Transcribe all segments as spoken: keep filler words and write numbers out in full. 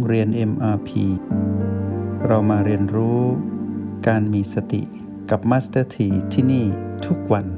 เรียน เอ็ม อาร์ พี เรามาเรียนรู้การมีสติกับ Master T ที่นี่ทุกวัน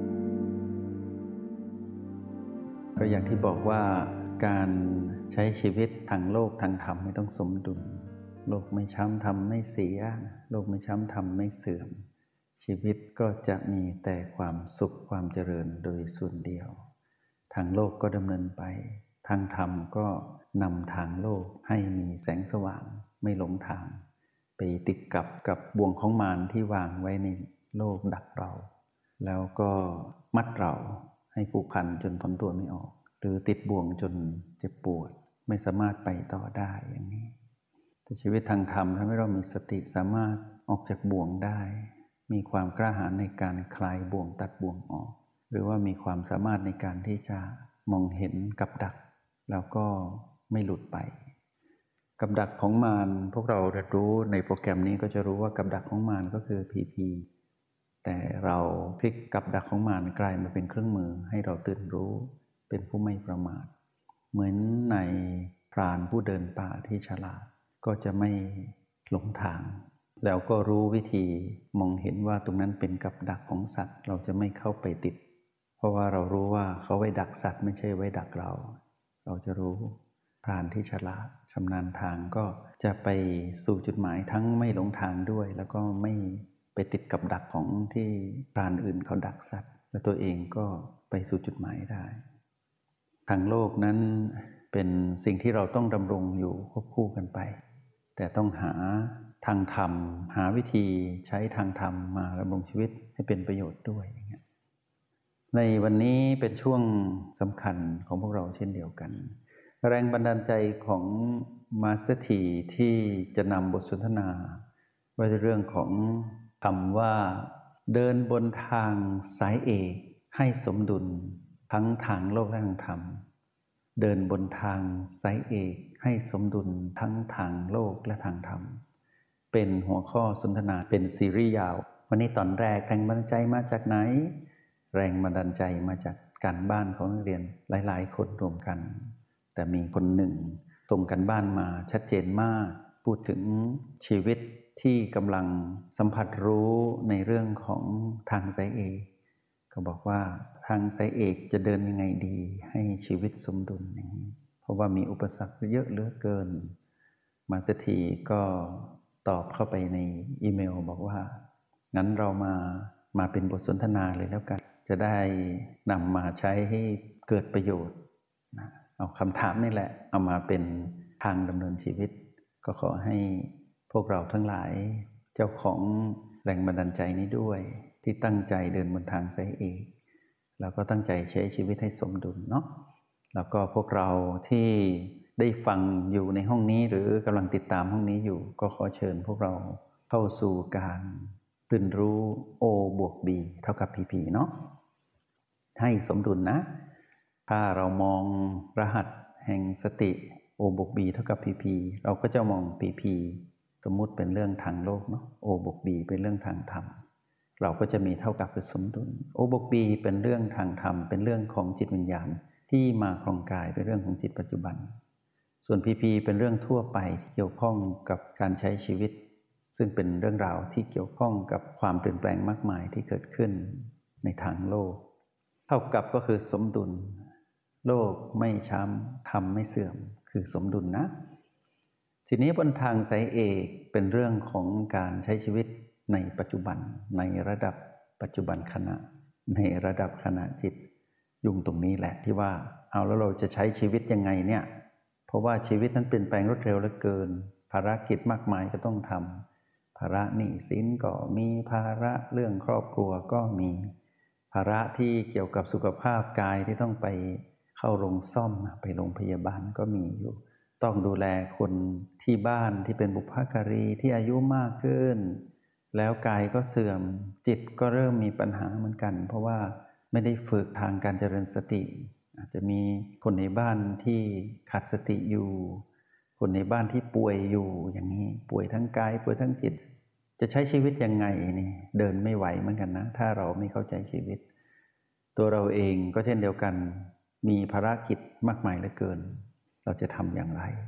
ก็อย่างที่บอกว่าการใช้ชีวิตทางโลกทางธรรมไม่ต้องสมดุลโลกไม่ช้ำธรรมไม่เสียโลกไม่ช้ำธรรมไม่เสื่อมชีวิตก็จะมีแต่ความสุขความเจริญโดยส่วนเดียวทางโลกก็ดำเนินไปทางธรรมก็นำทางโลกให้มีแสงสว่างไม่หลงทางไปติดกับกับบ่วงของมารที่วางไว้ในโลกดักเราแล้วก็มัดเราให้ผูกพันจนทนตัวไม่ออกหรือติดบ่วงจนเจ็บปวดไม่สามารถไปต่อได้อย่างนี้แต่ชีวิตทางธรรมทำให้เรามีสติสามารถออกจากบ่วงได้มีความกล้าหาญในการคลายบ่วงตัดบ่วงออกหรือว่ามีความสามารถในการที่จะมองเห็นกับดักแล้วก็ไม่หลุดไปกับดักของมารพวกเราเรียนรู้ในโปรแกรมนี้ก็จะรู้ว่ากับดักของมารก็คือ พี พี แต่เราพลิกกับดักของมารกลายมาเป็นเครื่องมือให้เราตื่นรู้เป็นผู้ไม่ประมาทเหมือนในพรานผู้เดินป่าที่ฉลาดก็จะไม่หลงทางแล้วก็รู้วิธีมองเห็นว่าตรงนั้นเป็นกับดักของสัตว์เราจะไม่เข้าไปติดเพราะว่าเรารู้ว่าเขาไว้ดักสัตว์ไม่ใช่ไว้ดักเราเราจะรู้พรานที่ฉลาดชำนาญทางก็จะไปสู่จุดหมายทั้งไม่หลงทางด้วยแล้วก็ไม่ไปติดกับดักของที่พรานอื่นเขาดักสัตว์และตัวเองก็ไปสู่จุดหมายได้ทางโลกนั้นเป็นสิ่งที่เราต้องดำรงอยู่ควบคู่กันไปแต่ต้องหาทางธรรมหาวิธีใช้ทางธรรมมาดำรงชีวิตให้เป็นประโยชน์ด้วยในวันนี้เป็นช่วงสำคัญของพวกเราเช่นเดียวกันแรงบันดาลใจของมาสเตอร์ทีที่จะนำบทสนทนาไว้ในเรื่องของคำว่าเดินบนทางสายเอกให้สมดุลทั้งทางโลกและทางธรรมเดินบนทางสายเอกให้สมดุลทั้งทางโลกและทางธรรมเป็นหัวข้อสนทนาเป็นซีรีส์ยาววันนี้ตอนแรกแรงบันดาลใจมาจากไหนแรงบันดาลใจมาจากการบ้านของนักเรียนหลายๆคนรวมกันแต่มีคนหนึ่งส่งกันบ้านมาชัดเจนมากพูดถึงชีวิตที่กำลังสัมผัสรู้ในเรื่องของทางสายเอกก็บอกว่าทางสายเอกจะเดินยังไงดีให้ชีวิตสมดุลอย่างนี้เพราะว่ามีอุปสรรคเยอะเหลือเกินมาสถีก็ตอบเข้าไปในอีเมลบอกว่างั้นเรามามาเป็นบทสนทนาเลยแล้วกันจะได้นำมาใช้ให้เกิดประโยชน์นะเอาคำถามนี่แหละเอามาเป็นทางดำเนินชีวิตก็ขอให้พวกเราทั้งหลายเจ้าของแรงบันดาลใจนี้ด้วยที่ตั้งใจเดินบนทางสายเอกแล้วก็ตั้งใจใช้ชีวิตให้สมดุลเนาะแล้วก็พวกเราที่ได้ฟังอยู่ในห้องนี้หรือกำลังติดตามห้องนี้อยู่ก็ขอเชิญพวกเราเข้าสู่การตื่นรู้ O บวก B เท่ากับ พี พี เนาะให้สมดุลนะถ้าเรามองรหัสแห่งสติ O บวก B เท่ากับ พี พี เราก็จะมอง พี พี สมมุติเป็นเรื่องทางโลกเนาะ O บวก B เป็นเรื่องทางธรรมเราก็จะมีเท่ากับคือสมดุล O บวก B เป็นเรื่องทางธรรมเป็นเรื่องของจิตวิญญาณที่มาครองกายเป็นเรื่องของจิตปัจจุบันส่วน พี พี เป็นเรื่องทั่วไปที่เกี่ยวข้องกับการใช้ชีวิตซึ่งเป็นเรื่องราวที่เกี่ยวข้องกับความเปลี่ยนแปลงมากมายที่เกิดขึ้นในทางโลกเท่ากับก็คือสมดุลโลกไม่ช้ำธรรมไม่เสื่อมคือสมดุลนะทีนี้บนทางสายเอกเป็นเรื่องของการใช้ชีวิตในปัจจุบันในระดับปัจจุบันขณะในระดับขณะจิตยุ่งตรงนี้แหละที่ว่าเอาแล้วเราจะใช้ชีวิตยังไงเนี่ยเพราะว่าชีวิตนั้นเปลี่ยนแปลงรวดเร็วเหลือเกินภารกิจมากมายก็ต้องทำภาระหนี้สินก็มีภาระเรื่องครอบครัวก็มีภาระที่เกี่ยวกับสุขภาพกายที่ต้องไปเข้าโรงซ่อมไปโรงพยาบาลก็มีอยู่ต้องดูแลคนที่บ้านที่เป็นบุพการีที่อายุมากขึ้นแล้วกายก็เสื่อมจิตก็เริ่มมีปัญหาเหมือนกันเพราะว่าไม่ได้ฝึกทางการเจริญสติอาจจะมีคนในบ้านที่ขาดสติอยู่คนในบ้านที่ป่วยอยู่อย่างนี้ป่วยทั้งกายป่วยทั้งจิตจะใช้ชีวิตยังไงนี่เดินไม่ไหวเหมือนกันนะถ้าเราไม่เข้าใจชีวิตตัวเราเองก็เช่นเดียวกันมีภารกิจมากมายเหลือเกินเราจะทำอย่างไร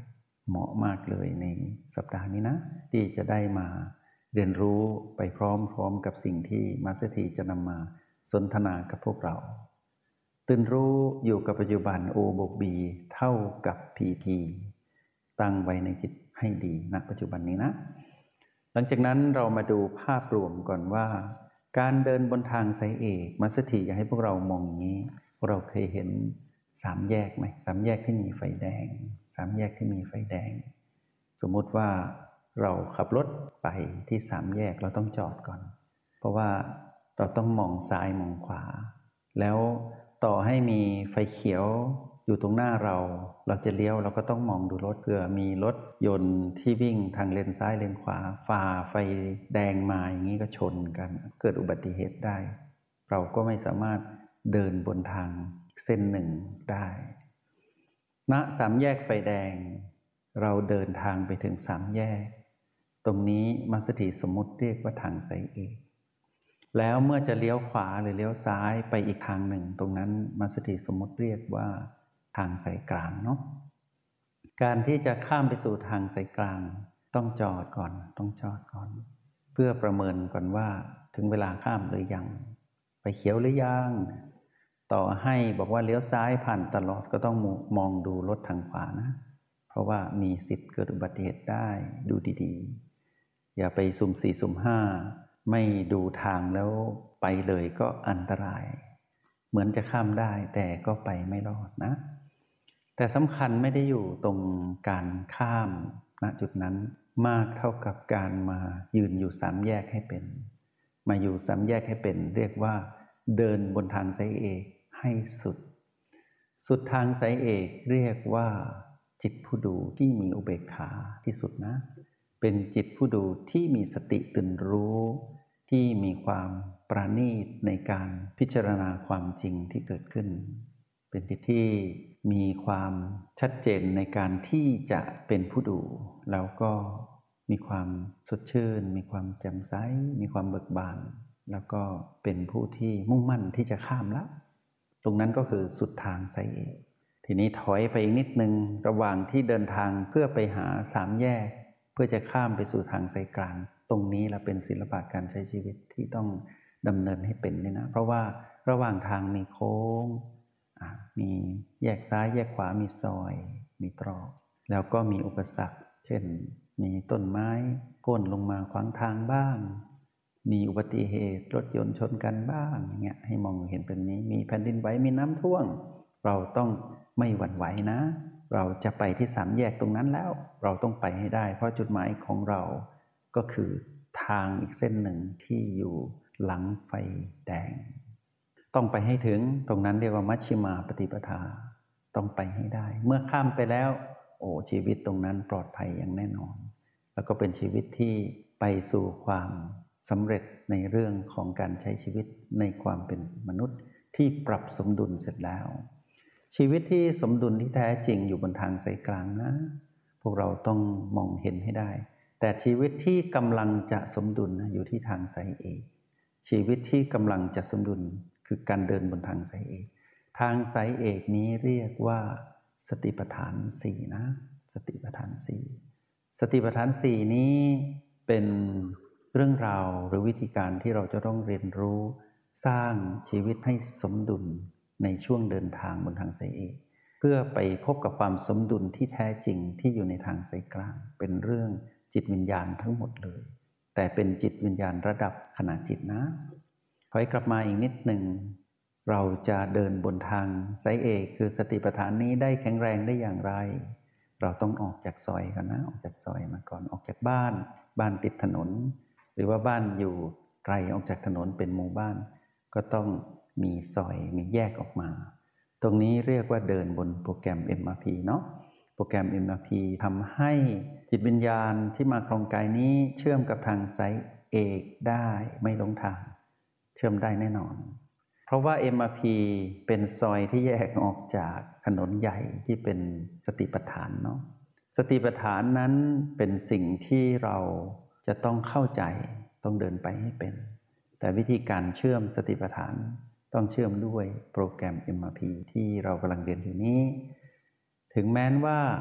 เหมาะมากเลยในสัปดาห์นี้นะที่จะได้มาเรียนรู้ไปพร้อมๆกับสิ่งที่มาสเตอร์ทีจะนำมาสนทนากับพวกเราตื่นรู้อยู่กับปัจจุบัน O บวก B เท่ากับ พี พี ตั้งไว้ในจิตให้ดีณปัจจุบันนี้นะหลังจากนั้นเรามาดูภาพรวมก่อนว่าการเดินบนทางสายเอกมาสเตอร์ทีอยากให้พวกเรามองอย่างนี้พวกเราเคยเห็นสามแยกไหมสามแยกที่มีไฟแดงสามแยกที่มีไฟแดงสมมุติว่าเราขับรถไปที่สามแยกเราต้องจอดก่อนเพราะว่าเราต้องมองซ้ายมองขวาแล้วต่อให้มีไฟเขียวอยู่ตรงหน้าเราเราจะเลี้ยวเราก็ต้องมองดูรถเผื่อมีรถยนต์ที่วิ่งทางเลนซ้ายเลนขวาฝ่าไฟแดงมาอย่างนี้ก็ชนกันเกิดอุบัติเหตุได้เราก็ไม่สามารถเดินบนทางเส้นหนึ่งได้ณสามแยกไฟแดงเราเดินทางไปถึงสามแยกตรงนี้มาสเตอร์ทีสมมุติเรียกว่าทางสายเอกแล้วเมื่อจะเลี้ยวขวาหรือเลี้ยวซ้ายไปอีกทางหนึ่งตรงนั้นมาสเตอร์ทีสมมุติเรียกว่าทางสายกลางเนาะการที่จะข้ามไปสู่ทางสายกลางต้องจอดก่อนต้องจอดก่อนเพื่อประเมินก่อนว่าถึงเวลาข้ามหรือยังไฟเขียวหรือยังต่อให้บอกว่าเลี้ยวซ้ายผ่านตลอดก็ต้องมองดูรถทางขวานะเพราะว่ามีสิทธิ์เกิดอุบัติเหตุได้ดูดีๆอย่าไปสุ่มสี่สุ่มห้าไม่ดูทางแล้วไปเลยก็อันตรายเหมือนจะข้ามได้แต่ก็ไปไม่รอดนะแต่สำคัญไม่ได้อยู่ตรงการข้ามณจุดนั้นมากเท่ากับการมายืนอยู่สามแยกให้เป็นมาอยู่สามแยกให้เป็นเรียกว่าเดินบนทางสายเอกให้สุดสุดทางสายเอกเรียกว่าจิตผู้ดูที่มีอุเบกขาที่สุดนะเป็นจิตผู้ดูที่มีสติตื่นรู้ที่มีความประณีตในการพิจารณาความจริงที่เกิดขึ้นเป็นจิตที่มีความชัดเจนในการที่จะเป็นผู้ดูแล้วก็มีความสดชื่นมีความแจ่มใสมีความเบิกบานแล้วก็เป็นผู้ที่มุ่งมั่นที่จะข้ามแล้วตรงนั้นก็คือสุดทางสายเอกทีนี้ถอยไปอีกนิดนึงระหว่างที่เดินทางเพื่อไปหาสามแยกเพื่อจะข้ามไปสู่ทางสายกลางตรงนี้ละเป็นศิลปะการใช้ชีวิตที่ต้องดำเนินให้เป็นเนี่ยนะเพราะว่าระหว่างทางมีโค้งมีแยกซ้ายแยกขวามีซอยมีตรอกแล้วก็มีอุปสรรคเช่นมีต้นไม้โค่นลงมาขวางทางบ้างมีอุบัติเหตุรถยนต์ชนกันบ้างอย่างเงี้ยให้มองเห็นเป็นนี้มีแผ่นดินไหวมีน้ำท่วมเราต้องไม่หวั่นไหวนะเราจะไปที่สามแยกตรงนั้นแล้วเราต้องไปให้ได้เพราะจุดหมายของเราก็คือทางอีกเส้นหนึ่งที่อยู่หลังไฟแดงต้องไปให้ถึงตรงนั้นเรียกว่ามัชฌิมาปฏิปทาต้องไปให้ได้เมื่อข้ามไปแล้วโอ้ชีวิตตรงนั้นปลอดภัยอย่างแน่นอนแล้วก็เป็นชีวิตที่ไปสู่ความสำเร็จในเรื่องของการใช้ชีวิตในความเป็นมนุษย์ที่ปรับสมดุลเสร็จแล้วชีวิตที่สมดุลที่แท้จริงอยู่บนทางสายกลางนะพวกเราต้องมองเห็นให้ได้แต่ชีวิตที่กำลังจะสมดุลนะอยู่ที่ทางสายเอกชีวิตที่กำลังจะสมดุลคือการเดินบนทางสายเอกทางสายเอกนี้เรียกว่าสติปัฏฐานสี่นะสติปัฏฐานสี่สติปัฏฐานสี่นี้เป็นเรื่องราวหรือวิธีการที่เราจะต้องเรียนรู้สร้างชีวิตให้สมดุลในช่วงเดินทางบนทางสายเอกเพื่อไปพบกับความสมดุลที่แท้จริงที่อยู่ในทางสายกลางเป็นเรื่องจิตวิญญาณทั้งหมดเลยแต่เป็นจิตวิญญาณระดับขณะจิตนะถอยกลับมาอีกนิดหนึ่งเราจะเดินบนทางสายเอกคือสติปัฏฐานนี้ได้แข็งแรงได้อย่างไรเราต้องออกจากซอยก่อนนะออกจากซอยมาก่อนออกจากบ้านบ้านติดถนนหรือว่าบ้านอยู่ไกลออกจากถนนเป็นหมู่บ้านก็ต้องมีซอยมีแยกออกมาตรงนี้เรียกว่าเดินบนโปรแกรม เอ็ม อาร์ พี เนาะโปรแกรม เอ็ม อาร์ พี ทำให้จิตวิญญาณที่มาครองกายนี้เชื่อมกับทางสายเอกได้ไม่หลงทางเชื่อมได้แน่นอนเพราะว่า เอ็ม อาร์ พี เป็นซอยที่แยกออกจากถนนใหญ่ที่เป็นสติปัฏฐานเนาะสติปัฏฐานนั้นเป็นสิ่งที่เราจะต้องเข้าใจต้องเดินไปให้เป็นแต่วิธีการเชื่อมสติปัฏฐานต้องเชื่อมด้วยโปรแกรม เอ็ม อาร์ พี ที่เรากำลังเรียนอยู่นี้ถึงแม้ว่า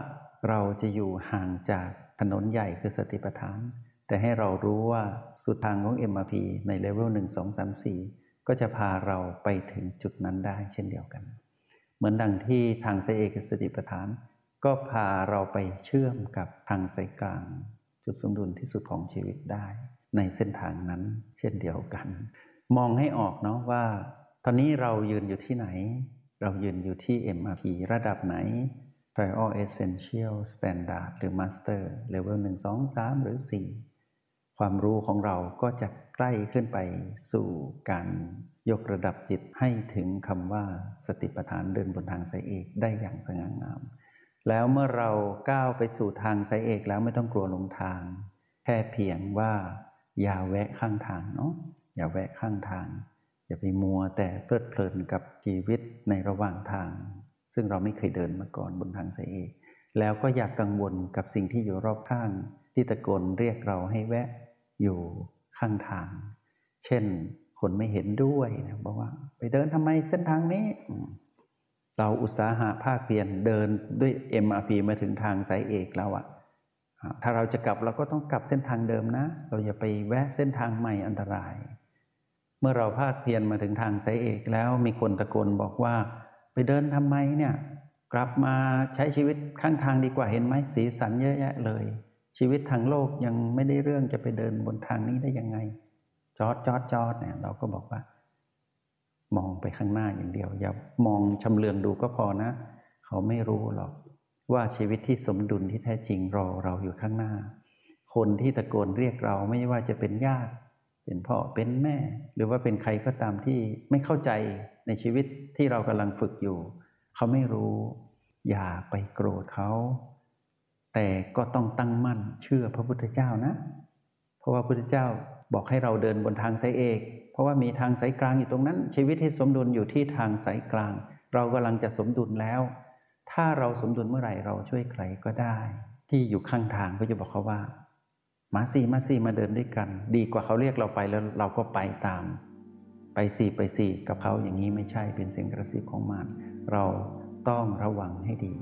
เราจะอยู่ห่างจากถนนใหญ่คือสติปัฏฐานแต่ให้เรารู้ว่าสุดทางของ เอ็ม อาร์ พี ในเลเวลหนึ่ง สอง สาม สี่ก็จะพาเราไปถึงจุดนั้นได้เช่นเดียวกันเหมือนดังที่ทางสายเอกสติปัฏฐานก็พาเราไปเชื่อมกับทางสายกลางจุดสมดุลที่สุดของชีวิตได้ในเส้นทางนั้นเช่นเดียวกันมองให้ออกเนาะว่าตอนนี้เรายืนอยู่ที่ไหนเรายืนอยู่ที่ เอ็ม อาร์ พี ระดับไหน Prior Essential Standard หรือ Master Level หนึ่ง สอง สาม หรือ สี่ความรู้ของเราก็จะใกล้ขึ้นไปสู่การยกระดับจิตให้ถึงคำว่าสติปัฏฐานเดินบนทางสายเอกได้อย่างสง่างามแล้วเมื่อเราก้าวไปสู่ทางสายเอกแล้วไม่ต้องกลัวหลงทางแค่เพียงว่าอย่าแวะข้างทางเนาะอย่าแวะข้างทางอย่าไปมัวแต่เพลิดเพลินกับชีวิตในระหว่างทางซึ่งเราไม่เคยเดินมาก่อนบนทางสายเอกแล้วก็อย่ากังวลกับสิ่งที่อยู่รอบข้างที่ตะโกนเรียกเราให้แวะอยู่ข้างทางเช่นคนไม่เห็นด้วยนะบอกว่าไปเดินทำไมเส้นทางนี้เราอุตสาหะภาคเพียรเดินด้วย เอ็ม อาร์ พี มาถึงทางสายเอกแล้วอะถ้าเราจะกลับเราก็ต้องกลับเส้นทางเดิมนะเราอย่าไปแวะเส้นทางใหม่อันตรายเมื่อเราภาคเพียรมาถึงทางสายเอกแล้วมีคนตะโกนบอกว่าไปเดินทำไมเนี่ยกลับมาใช้ชีวิตข้างทางดีกว่าเห็นไหมสีสันเยอะแยะเลยชีวิตทางโลกยังไม่ได้เรื่องจะไปเดินบนทางนี้ได้ยังไงจอดจอดจอดเนี่ยเราก็บอกว่ามองไปข้างหน้าอย่างเดียวอย่ามองชำเลืองดูก็พอนะเขาไม่รู้หรอกว่าชีวิตที่สมดุลที่แท้จริงรอเราอยู่ข้างหน้าคนที่ตะโกนเรียกเราไม่ว่าจะเป็นญาติเป็นพ่อเป็นแม่หรือว่าเป็นใครก็ตามที่ไม่เข้าใจในชีวิตที่เรากำลังฝึกอยู่เขาไม่รู้อย่าไปโกรธเขาแต่ก็ต้องตั้งมั่นเชื่อพระพุทธเจ้านะเพราะว่าพระพุทธเจ้าบอกให้เราเดินบนทางสายเอกเพราะว่ามีทางสายกลางอยู่ตรงนั้นชีวิตที่สมดุลอยู่ที่ทางสายกลางเรากำลังจะสมดุลแล้วถ้าเราสมดุลเมื่อไหร่เราช่วยใครก็ได้ที่อยู่ข้างทางก็จะบอกเขาว่ามาสิมาสิมาเดินด้วยกันดีกว่าเขาเรียกเราไปแล้วเราก็ไปตามไปสิไปสิกับเขาอย่างนี้ไม่ใช่เป็นเสียงกระซิบของมารเราต้องระวังให้ดี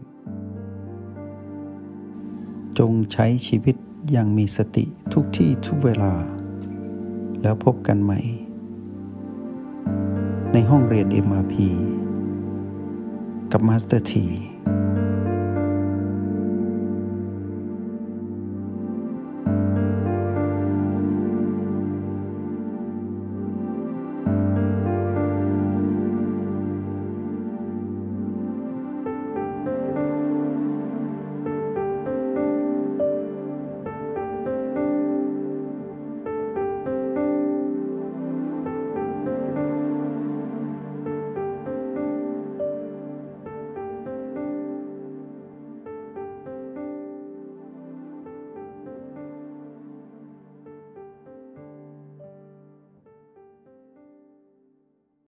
จงใช้ชีวิตอย่างมีสติทุกที่ทุกเวลาแล้วพบกันใหม่ในห้องเรียน เอ็ม อาร์ พี กับมาสเตอร์ ที